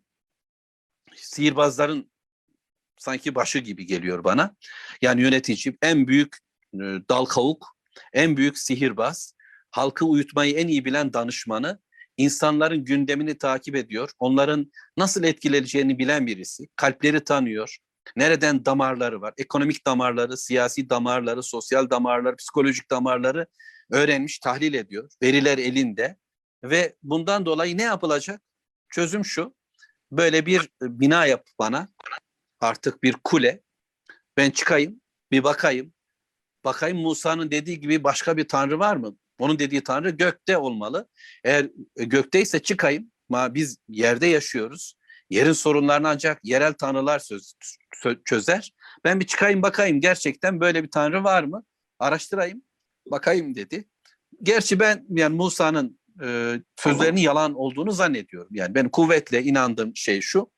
sihirbazların sanki başı gibi geliyor bana. Yani yönetici, en büyük e, dal kavuk, en büyük sihirbaz, halkı uyutmayı en iyi bilen danışmanı, insanların gündemini takip ediyor, onların nasıl etkileneceğini bilen birisi, kalpleri tanıyor, nereden damarları var, ekonomik damarları, siyasi damarları, sosyal damarları, psikolojik damarları öğrenmiş, tahlil ediyor, veriler elinde ve bundan dolayı ne yapılacak? Çözüm şu, böyle bir bina yap bana, artık bir kule, ben çıkayım, bir bakayım. Bakayım Musa'nın dediği gibi başka bir tanrı var mı? Onun dediği tanrı gökte olmalı. Eğer gökteyse çıkayım. Ama biz yerde yaşıyoruz. Yerin sorunlarını ancak yerel tanrılar söz, çözer. Ben bir çıkayım bakayım gerçekten böyle bir tanrı var mı? Araştırayım, bakayım dedi. Gerçi ben yani Musa'nın e, sözlerinin yalan olduğunu zannediyorum. Yani ben kuvvetle inandığım şey şu.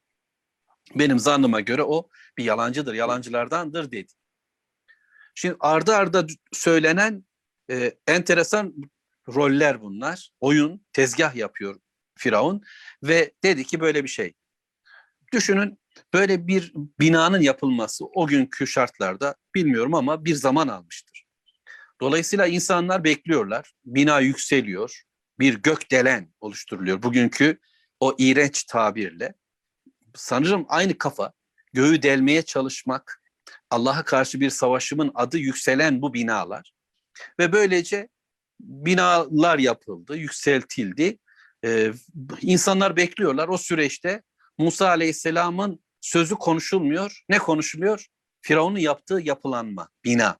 Benim zannıma göre o bir yalancıdır, yalancılardandır dedi. Şimdi ardı arda söylenen e, enteresan roller bunlar. Oyun, tezgah yapıyor Firavun ve dedi ki böyle bir şey. Düşünün böyle bir binanın yapılması o günkü şartlarda bilmiyorum ama bir zaman almıştır. Dolayısıyla insanlar bekliyorlar. Bina yükseliyor. Bir gökdelen oluşturuluyor. Bugünkü o iğrenç tabirle. Sanırım aynı kafa göğü delmeye çalışmak, Allah'a karşı bir savaşımın adı yükselen bu binalar ve böylece binalar yapıldı, yükseltildi. Ee, insanlar bekliyorlar. O süreçte Musa Aleyhisselam'ın sözü konuşulmuyor. Ne konuşuluyor? Firavun'un yaptığı yapılanma, bina.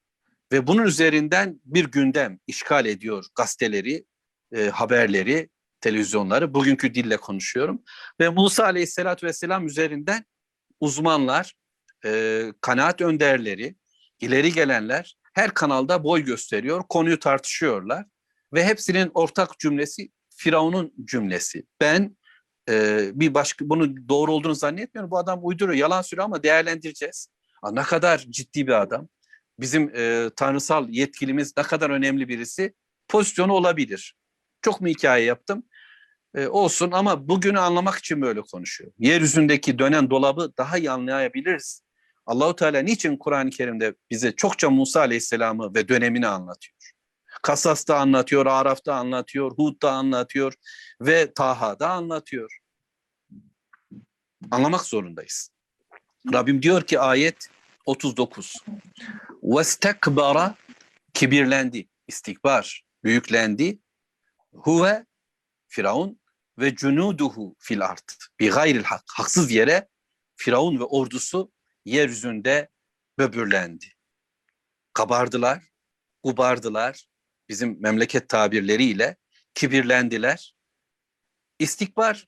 Ve bunun üzerinden bir gündem işgal ediyor gazeteleri, e, haberleri, televizyonları. Bugünkü dille konuşuyorum. Ve Musa Aleyhisselatü Vesselam üzerinden uzmanlar, e, kanaat önderleri, ileri gelenler her kanalda boy gösteriyor, konuyu tartışıyorlar ve hepsinin ortak cümlesi Firavun'un cümlesi. Ben e, bir başka bunu doğru olduğunu zannetmiyorum. Bu adam uyduruyor, yalan söylüyor ama değerlendireceğiz. Aa, ne kadar ciddi bir adam. Bizim e, tanrısal yetkilimiz ne kadar önemli birisi. Pozisyonu olabilir. Çok mu hikaye yaptım? E, olsun ama bugünü anlamak için böyle konuşuyor. Yeryüzündeki dönen dolabı daha iyi anlayabiliriz. Allahu Teala niçin Kur'an-ı Kerim'de bize çokça Musa Aleyhisselam'ı ve dönemini anlatıyor? Kasas'ta anlatıyor, Araf'ta anlatıyor, Hud'da anlatıyor ve Taha'da anlatıyor. Anlamak zorundayız. Rabbim diyor ki ayet otuz dokuz. وَاسْتَكْبَرَ Kibirlendi, istikbar, büyüklendi. Huve Firavun ve cunuduhu fil art bi gayril hak. Haksız yere Firavun ve ordusu yeryüzünde böbürlendi. Kabardılar, kubardılar, bizim memleket tabirleriyle kibirlendiler. İstikbar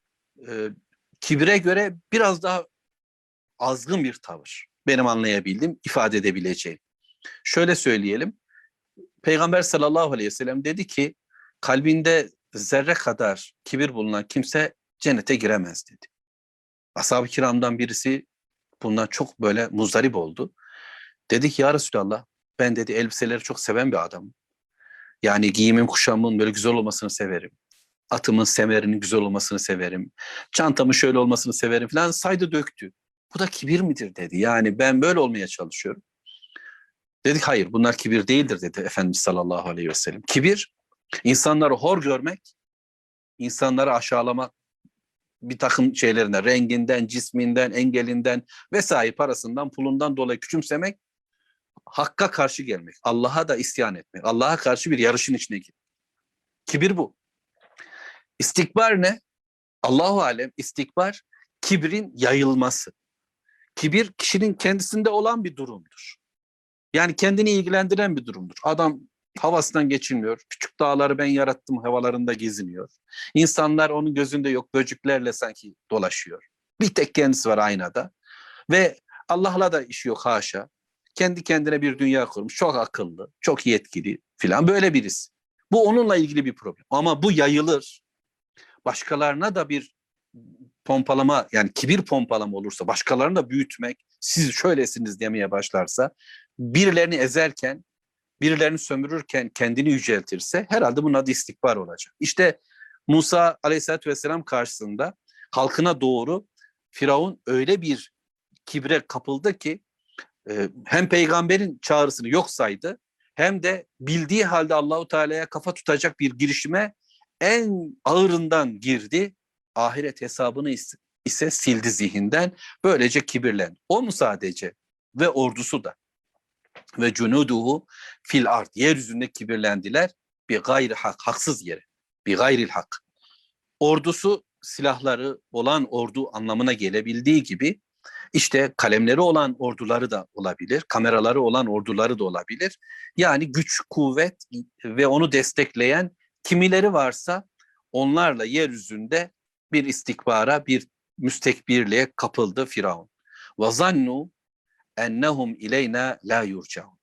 e, kibire göre biraz daha azgın bir tavır. Benim anlayabildiğim, ifade edebileceğim. Şöyle söyleyelim. Peygamber sallallahu aleyhi ve sellem dedi ki kalbinde zerre kadar kibir bulunan kimse cennete giremez dedi. Ashab-ı kiramdan birisi bundan çok böyle muzdarip oldu. Dedi ki ya Resulallah ben dedi elbiseleri çok seven bir adamım. Yani giyimin kuşamın böyle güzel olmasını severim. Atımın semerinin güzel olmasını severim. Çantamın şöyle olmasını severim falan saydı döktü. Bu da kibir midir dedi. Yani ben böyle olmaya çalışıyorum. Dedik hayır bunlar kibir değildir dedi Efendimiz sallallahu aleyhi ve sellem. Kibir insanları hor görmek, insanları aşağılamak, bir takım şeylerine renginden, cisminden, engelinden vesaire parasından, pulundan dolayı küçümsemek, hakka karşı gelmek, Allah'a da isyan etmek, Allah'a karşı bir yarışın içine girmek. Kibir bu. İstikbar ne? Allahu alem istikbar kibrin yayılması. Kibir kişinin kendisinde olan bir durumdur. Yani kendini ilgilendiren bir durumdur. Adam havasından geçilmiyor. Küçük dağları ben yarattım havalarında geziniyor. İnsanlar onun gözünde yok. Böceklerle sanki dolaşıyor. Bir tek kendisi var aynada. Ve Allah'la da işi yok haşa. Kendi kendine bir dünya kurmuş. Çok akıllı, çok yetkili filan böyle birisi. Bu onunla ilgili bir problem. Ama bu yayılır. Başkalarına da bir pompalama yani kibir pompalama olursa, başkalarını da büyütmek, siz şöylesiniz demeye başlarsa, birilerini ezerken, birilerini sömürürken kendini yüceltirse herhalde bunun adı istikbar olacak. İşte Musa Aleyhisselatü Vesselam karşısında halkına doğru Firavun öyle bir kibre kapıldı ki e, hem peygamberin çağrısını yok saydı hem de bildiği halde Allahu Teala'ya kafa tutacak bir girişime en ağırından girdi. Ahiret hesabını ise, ise sildi zihinden. Böylece kibirlen. O mu sadece? Ve ordusu da. Ve cunuduhu fil ard. Yeryüzünde kibirlendiler. Bir gayri hak. Haksız yere. Bir gayril hak. Ordusu silahları olan ordu anlamına gelebildiği gibi işte kalemleri olan orduları da olabilir. Kameraları olan orduları da olabilir. Yani güç, kuvvet ve onu destekleyen kimileri varsa onlarla yeryüzünde bir istikbara, bir müstekbirliğe kapıldı Firavun. Ve zannu ennehum ileyna la yurcaun.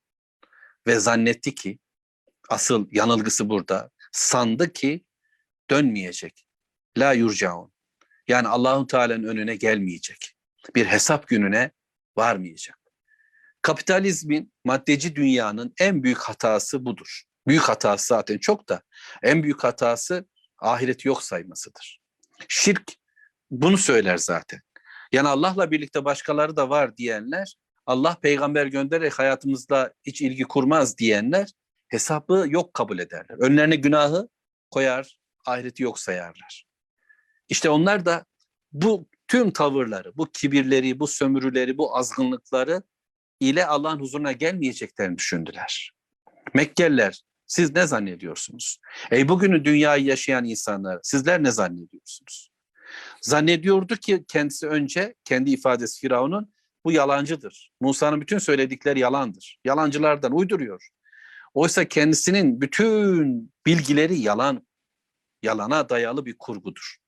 Ve zannetti ki, asıl yanılgısı burada, sandı ki dönmeyecek. La yurcaun. Yani Allahu Teala'nın önüne gelmeyecek. Bir hesap gününe varmayacak. Kapitalizmin, maddeci dünyanın en büyük hatası budur. Büyük hatası zaten çok da en büyük hatası ahireti yok saymasıdır. Şirk bunu söyler zaten. Yani Allah'la birlikte başkaları da var diyenler, Allah peygamber göndererek hayatımızda hiç ilgi kurmaz diyenler hesabı yok kabul ederler. Önlerine günahı koyar, ahireti yok sayarlar. İşte onlar da bu tüm tavırları, bu kibirleri, bu sömürüleri, bu azgınlıkları ile Allah'ın huzuruna gelmeyeceklerini düşündüler. Mekkeliler, siz ne zannediyorsunuz? Ey bugünün dünyayı yaşayan insanlar, sizler ne zannediyorsunuz? Zannediyordu ki kendisi önce, kendi ifadesi Firavun'un, bu yalancıdır. Musa'nın bütün söyledikleri yalandır. Yalancılardan uyduruyor. Oysa kendisinin bütün bilgileri yalan, yalana dayalı bir kurgudur.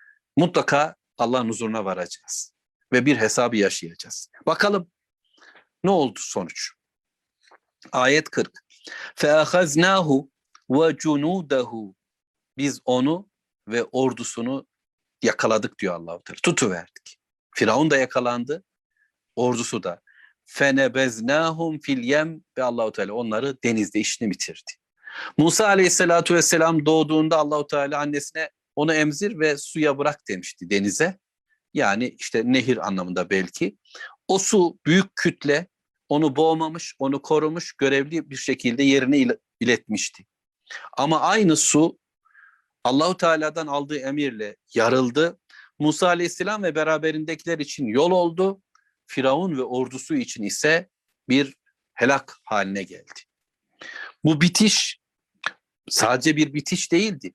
Mutlaka Allah'ın huzuruna varacağız. Ve bir hesabı yaşayacağız. Bakalım ne oldu sonuç? Ayet kırk. فَأَخَذْنَاهُ وَجُنُودَهُ. Biz onu ve ordusunu yakaladık diyor Allah-u Teala. Tutuverdik. Firavun da yakalandı, ordusu da. فَنَبَزْنَاهُمْ فِي الْيَمْ. Ve Allah-u Teala onları denizde işini bitirdi. Musa Aleyhisselatü Vesselam doğduğunda Allah-u Teala annesine onu emzir ve suya bırak demişti, denize. Yani işte nehir anlamında belki. O su büyük kütle onu boğmamış, onu korumuş, görevli bir şekilde yerine iletmişti. Ama aynı su Allah-u Teala'dan aldığı emirle yarıldı. Musa Aleyhisselam ve beraberindekiler için yol oldu. Firavun ve ordusu için ise bir helak haline geldi. Bu bitiş sadece bir bitiş değildi.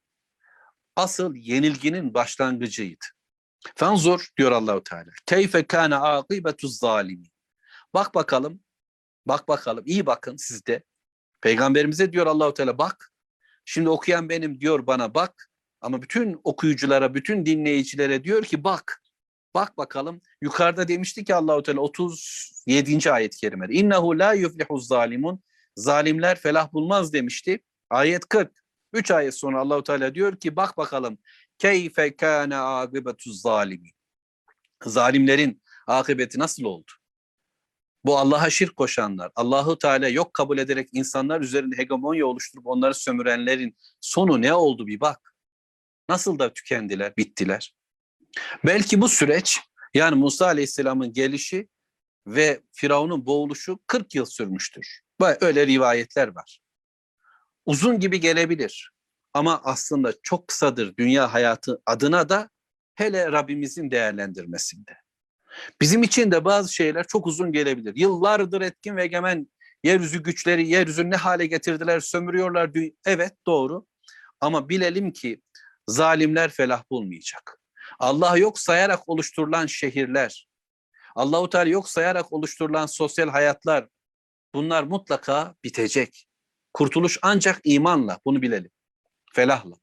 Asıl yenilginin başlangıcıydı. Fenzur diyor Allah-u Teala. Keyfe kana akibetuz zalimin. Bak bakalım, bak bakalım, iyi bakın siz de. Peygamberimize diyor Allahu Teala bak. Şimdi okuyan benim diyor bana bak. Ama bütün okuyuculara, bütün dinleyicilere diyor ki bak. Bak bakalım. Yukarıda demişti ki Allahu Teala otuz yedinci ayet-i kerimede. İnnehu la yuflihuz zalimun. Zalimler felah bulmaz demişti. Ayet kırk. Üç ayet sonra Allahu Teala diyor ki bak bakalım. Keyfe kana akibetuz zalimin. Zalimlerin akıbeti nasıl oldu? Bu Allah'a şirk koşanlar, Allahu Teala yok kabul ederek insanlar üzerinde hegemonya oluşturup onları sömürenlerin sonu ne oldu bir bak. Nasıl da tükendiler, bittiler. Belki bu süreç, yani Musa Aleyhisselam'ın gelişi ve Firavun'un boğuluşu kırk yıl sürmüştür. Öyle rivayetler var. Uzun gibi gelebilir ama aslında çok kısadır dünya hayatı adına da, hele Rabbimizin değerlendirmesinde. Bizim için de bazı şeyler çok uzun gelebilir. Yıllardır etkin ve egemen yeryüzü güçleri yeryüzünü ne hale getirdiler, sömürüyorlar. Evet, doğru. Ama bilelim ki zalimler felah bulmayacak. Allah yok sayarak oluşturulan şehirler, Allahu Teala yok sayarak oluşturulan sosyal hayatlar, bunlar mutlaka bitecek. Kurtuluş ancak imanla, bunu bilelim. Felahla.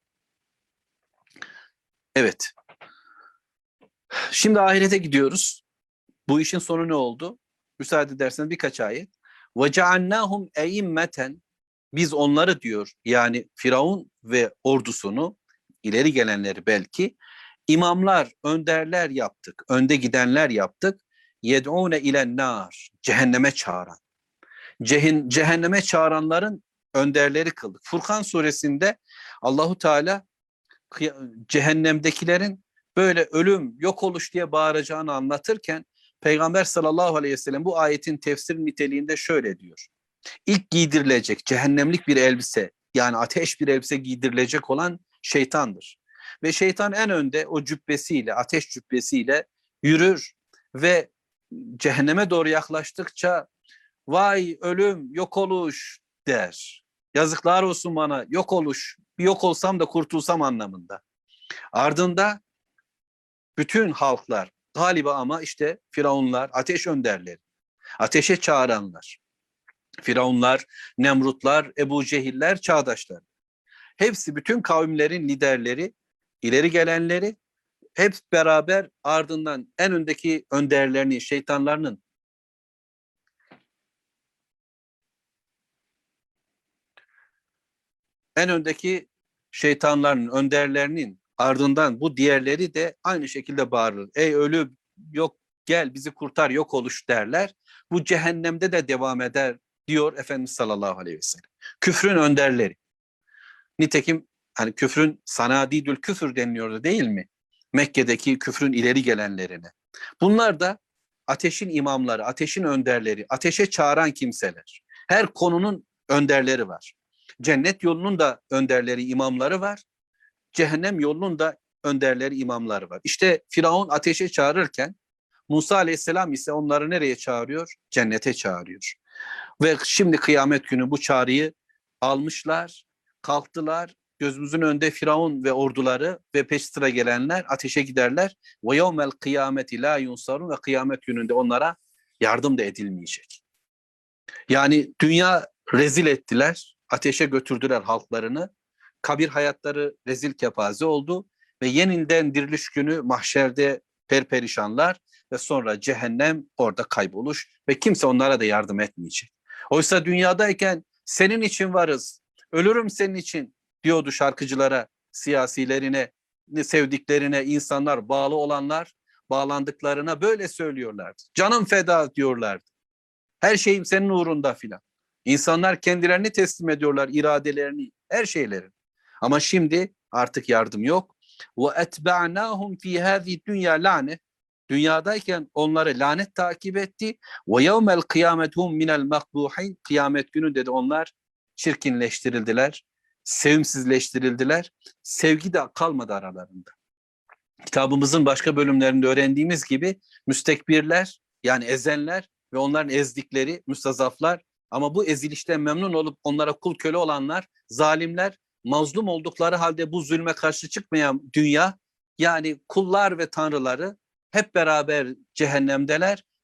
Evet. Şimdi ahirete gidiyoruz. Bu işin sonu ne oldu? Müsaade ederseniz birkaç ayet. وَجَعَلْنَاهُمْ اَيِمَّةً. Biz onları diyor, yani Firavun ve ordusunu, ileri gelenleri belki, imamlar, önderler yaptık, önde gidenler yaptık. يَدْعُونَ اِلَى النَّارِ. Cehenneme çağıran. Cehin, cehenneme çağıranların önderleri kıldık. Furkan suresinde Allahu Teala cehennemdekilerin böyle ölüm, yok oluş diye bağıracağını anlatırken Peygamber sallallahu aleyhi ve sellem bu ayetin tefsir niteliğinde şöyle diyor. İlk giydirilecek cehennemlik bir elbise, yani ateş bir elbise giydirilecek olan şeytandır. Ve şeytan en önde o cübbesiyle, ateş cübbesiyle yürür ve cehenneme doğru yaklaştıkça vay ölüm, yok oluş der. Yazıklar olsun bana, yok oluş, bir yok olsam da kurtulsam anlamında. Ardında bütün halklar, galiba ama işte Firavunlar, ateş önderleri, ateşe çağıranlar, Firavunlar, Nemrutlar, Ebu Cehiller, çağdaşlar. Hepsi, bütün kavimlerin liderleri, ileri gelenleri, hep beraber ardından en öndeki önderlerini, şeytanlarının en öndeki şeytanların, önderlerinin ardından bu diğerleri de aynı şekilde bağırır. Ey ölüm, yok gel bizi kurtar, yok oluş derler. Bu cehennemde de devam eder diyor Efendimiz sallallahu aleyhi ve sellem. Küfrün önderleri. Nitekim hani küfrün sanadidül küfür deniliyordu değil mi? Mekke'deki küfrün ileri gelenlerine. Bunlar da ateşin imamları, ateşin önderleri, ateşe çağıran kimseler. Her konunun önderleri var. Cennet yolunun da önderleri, imamları var. Cehennem yolunun da önderleri, imamları var. İşte Firavun ateşe çağırırken Musa Aleyhisselam ise onları nereye çağırıyor? Cennete çağırıyor. Ve şimdi kıyamet günü bu çağrıyı almışlar, kalktılar. Gözümüzün önünde Firavun ve orduları ve peş sıra gelenler ateşe giderler. Ve yevmel kıyameti la yunsarun, ve kıyamet gününde onlara yardım da edilmeyecek. Yani dünya rezil ettiler, ateşe götürdüler halklarını. Kabir hayatları rezil kepaze oldu ve yeniden diriliş günü mahşerde perperişanlar ve sonra cehennem, orada kayboluş ve kimse onlara da yardım etmeyecek. Oysa dünyadayken senin için varız, ölürüm senin için diyordu şarkıcılara, siyasilerine, sevdiklerine, insanlar, bağlı olanlar bağlandıklarına böyle söylüyorlardı. Canım feda diyorlardı. Her şeyim senin uğrunda filan. İnsanlar kendilerini teslim ediyorlar, iradelerini, her şeylerini. Ama şimdi artık yardım yok. وَاَتْبَعْنَاهُمْ ف۪ي هَذ۪ي dünya lane. Dünyadayken onları lanet takip etti. وَيَوْمَ الْقِيَامَةُ هُمْ مِنَ الْمَقْبُوحِينَ. Kıyamet günü dedi onlar çirkinleştirildiler, sevimsizleştirildiler. Sevgi de kalmadı aralarında. Kitabımızın başka bölümlerinde öğrendiğimiz gibi müstekbirler, yani ezenler ve onların ezdikleri müstazaflar, ama bu ezilişten memnun olup onlara kul köle olanlar, zalimler, mazlum oldukları halde bu zulme karşı çıkmayan dünya, yani kullar ve tanrıları hep beraber cehennemdeler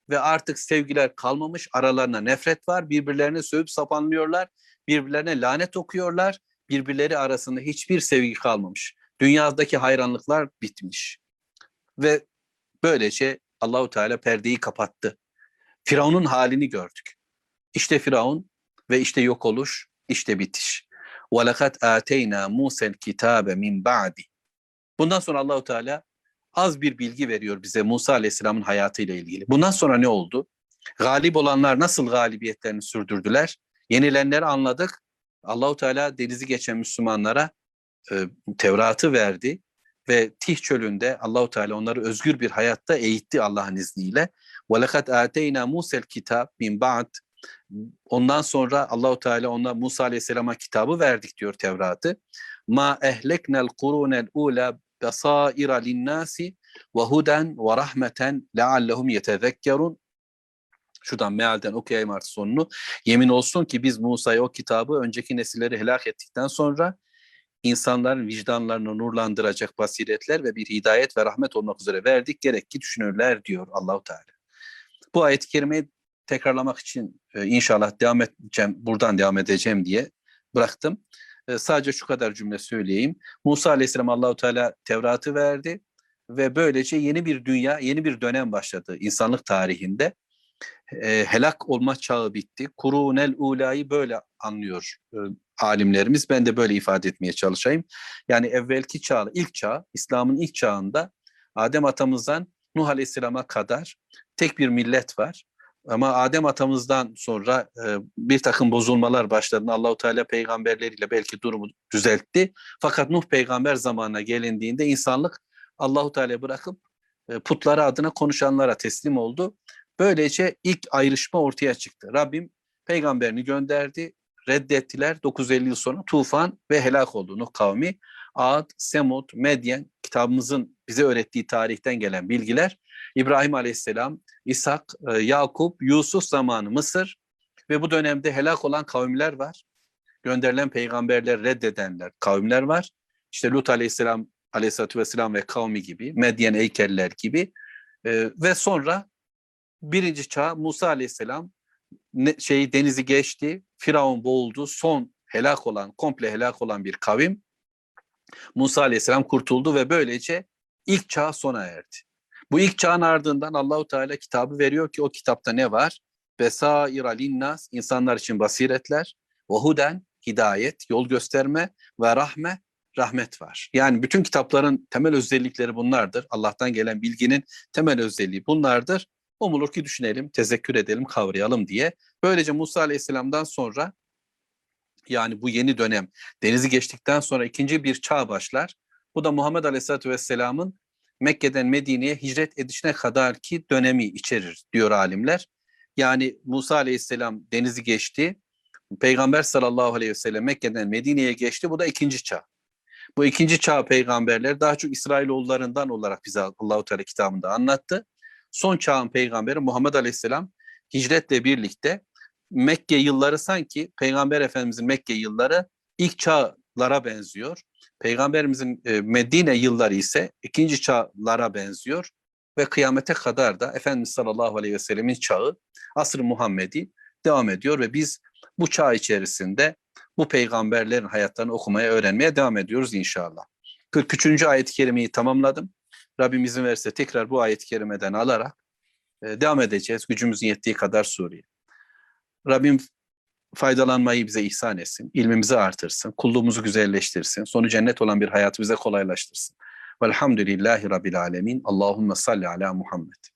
ve artık sevgiler kalmamış, aralarına nefret var, birbirlerine sövüp sapanlıyorlar, birbirlerine lanet okuyorlar, birbirleri arasında hiçbir sevgi kalmamış. Dünyadaki hayranlıklar bitmiş ve böylece Allahu Teala perdeyi kapattı. Firavun'un halini gördük. İşte Firavun ve işte yok oluş, işte bitiş. وَلَقَدْ آتَيْنَا مُوسَى الْكِتَابَ مِنْ بَعْدِ. Bundan sonra Allahu Teala az bir bilgi veriyor bize Musa Aleyhisselam'ın hayatıyla ilgili. Bundan sonra ne oldu? Galip olanlar nasıl galibiyetlerini sürdürdüler? Yenilenleri anladık. Allahu Teala denizi geçen Müslümanlara e, Tevrat'ı verdi ve Tih çölünde Allahu Teala onları özgür bir hayatta eğitti Allah'ın izniyle. وَلَقَدْ آتَيْنَا مُوسَى الْكِتَابِ مِنْ بَعْدِ. Ondan sonra Allahu Teala ona Musa Aleyhisselam'a kitabı verdik diyor Tevrat'ı. Ma ehleknel kurunel ula basaira linnasi ve huden ve rahmeten leallehum yetezekkerun. Şuradan mealden okuyayım artık sonunu. Yemin olsun ki biz Musa'ya o kitabı önceki nesilleri helak ettikten sonra insanların vicdanlarını nurlandıracak basiretler ve bir hidayet ve rahmet olmak üzere verdik. Gerek ki düşünürler diyor Allahu Teala. Bu ayet-i kerimeyi tekrarlamak için e, inşallah devam edeceğim, buradan devam edeceğim diye bıraktım. E, sadece şu kadar cümle söyleyeyim. Musa Aleyhisselam Allahu Teala Tevrat'ı verdi ve böylece yeni bir dünya, yeni bir dönem başladı insanlık tarihinde. E, helak olma çağı bitti. Kurunel ulayı böyle anlıyor e, alimlerimiz. Ben de böyle ifade etmeye çalışayım. Yani evvelki çağ, ilk çağ, İslam'ın ilk çağında Adem atamızdan Nuh Aleyhisselam'a kadar tek bir millet var. Ama Adem atamızdan sonra e, bir takım bozulmalar başladığında Allahu Teala peygamberleriyle belki durumu düzeltti. Fakat Nuh peygamber zamanına gelindiğinde insanlık Allahu Teala'yı bırakıp e, putları adına konuşanlara teslim oldu. Böylece ilk ayrışma ortaya çıktı. Rabbim peygamberini gönderdi, reddettiler. dokuz yüz elli yıl sonra tufan ve helak oldu Nuh kavmi. Ad, Semud, Medyen, kitabımızın bize öğrettiği tarihten gelen bilgiler. İbrahim Aleyhisselam, İshak, Yakup, Yusuf zamanı Mısır ve bu dönemde helak olan kavimler var. Gönderilen peygamberler reddedenler kavimler var. İşte Lut Aleyhisselam, Aleyhisselatü Vesselam ve kavmi gibi, Medyen Eykeller gibi ee, ve sonra birinci çağ Musa Aleyhisselam ne, şeyi denizi geçti, Firavun boğuldu, son helak olan, komple helak olan bir kavim. Musa Aleyhisselam kurtuldu ve böylece ilk çağ sona erdi. Bu ilk çağın ardından Allahu Teala kitabı veriyor ki o kitapta ne var? Besaira linnas, insanlar için basiretler, ve huden, hidayet, yol gösterme ve rahme, rahmet var. Yani bütün kitapların temel özellikleri bunlardır. Allah'tan gelen bilginin temel özelliği bunlardır. Umulur ki düşünelim, tezekkür edelim, kavrayalım diye. Böylece Musa Aleyhisselam'dan sonra yani bu yeni dönem denizi geçtikten sonra ikinci bir çağ başlar. Bu da Muhammed Aleyhisselatü Vesselam'ın Mekke'den Medine'ye hicret edişine kadar ki dönemi içerir diyor alimler. Yani Musa Aleyhisselam denizi geçti. Peygamber sallallahu aleyhi ve sellem Mekke'den Medine'ye geçti. Bu da ikinci çağ. Bu ikinci çağ peygamberler daha çok İsrailoğullarından olarak bize Allahu Teala kitabında anlattı. Son çağın peygamberi Muhammed Aleyhisselam hicretle birlikte Mekke yılları sanki Peygamber Efendimizin Mekke yılları ilk çağlara benziyor. Peygamberimizin e, Medine yılları ise ikinci çağlara benziyor ve kıyamete kadar da Efendimiz sallallahu aleyhi ve sellemin çağı Asr-ı Muhammedi devam ediyor ve biz bu çağ içerisinde bu peygamberlerin hayatlarını okumaya, öğrenmeye devam ediyoruz inşallah. kırk üçüncü ayet-i kerimeyi tamamladım. Rabbim izin verirse tekrar bu ayet-i kerimeden alarak e, devam edeceğiz gücümüzün yettiği kadar Suriye. Rabbim faydalanmayı bize ihsan etsin, ilmimizi artırsın, kulluğumuzu güzelleştirsin, sonu cennet olan bir hayatı bize kolaylaştırsın. Velhamdülillahi Rabbil alemin. Allahümme salli ala Muhammed.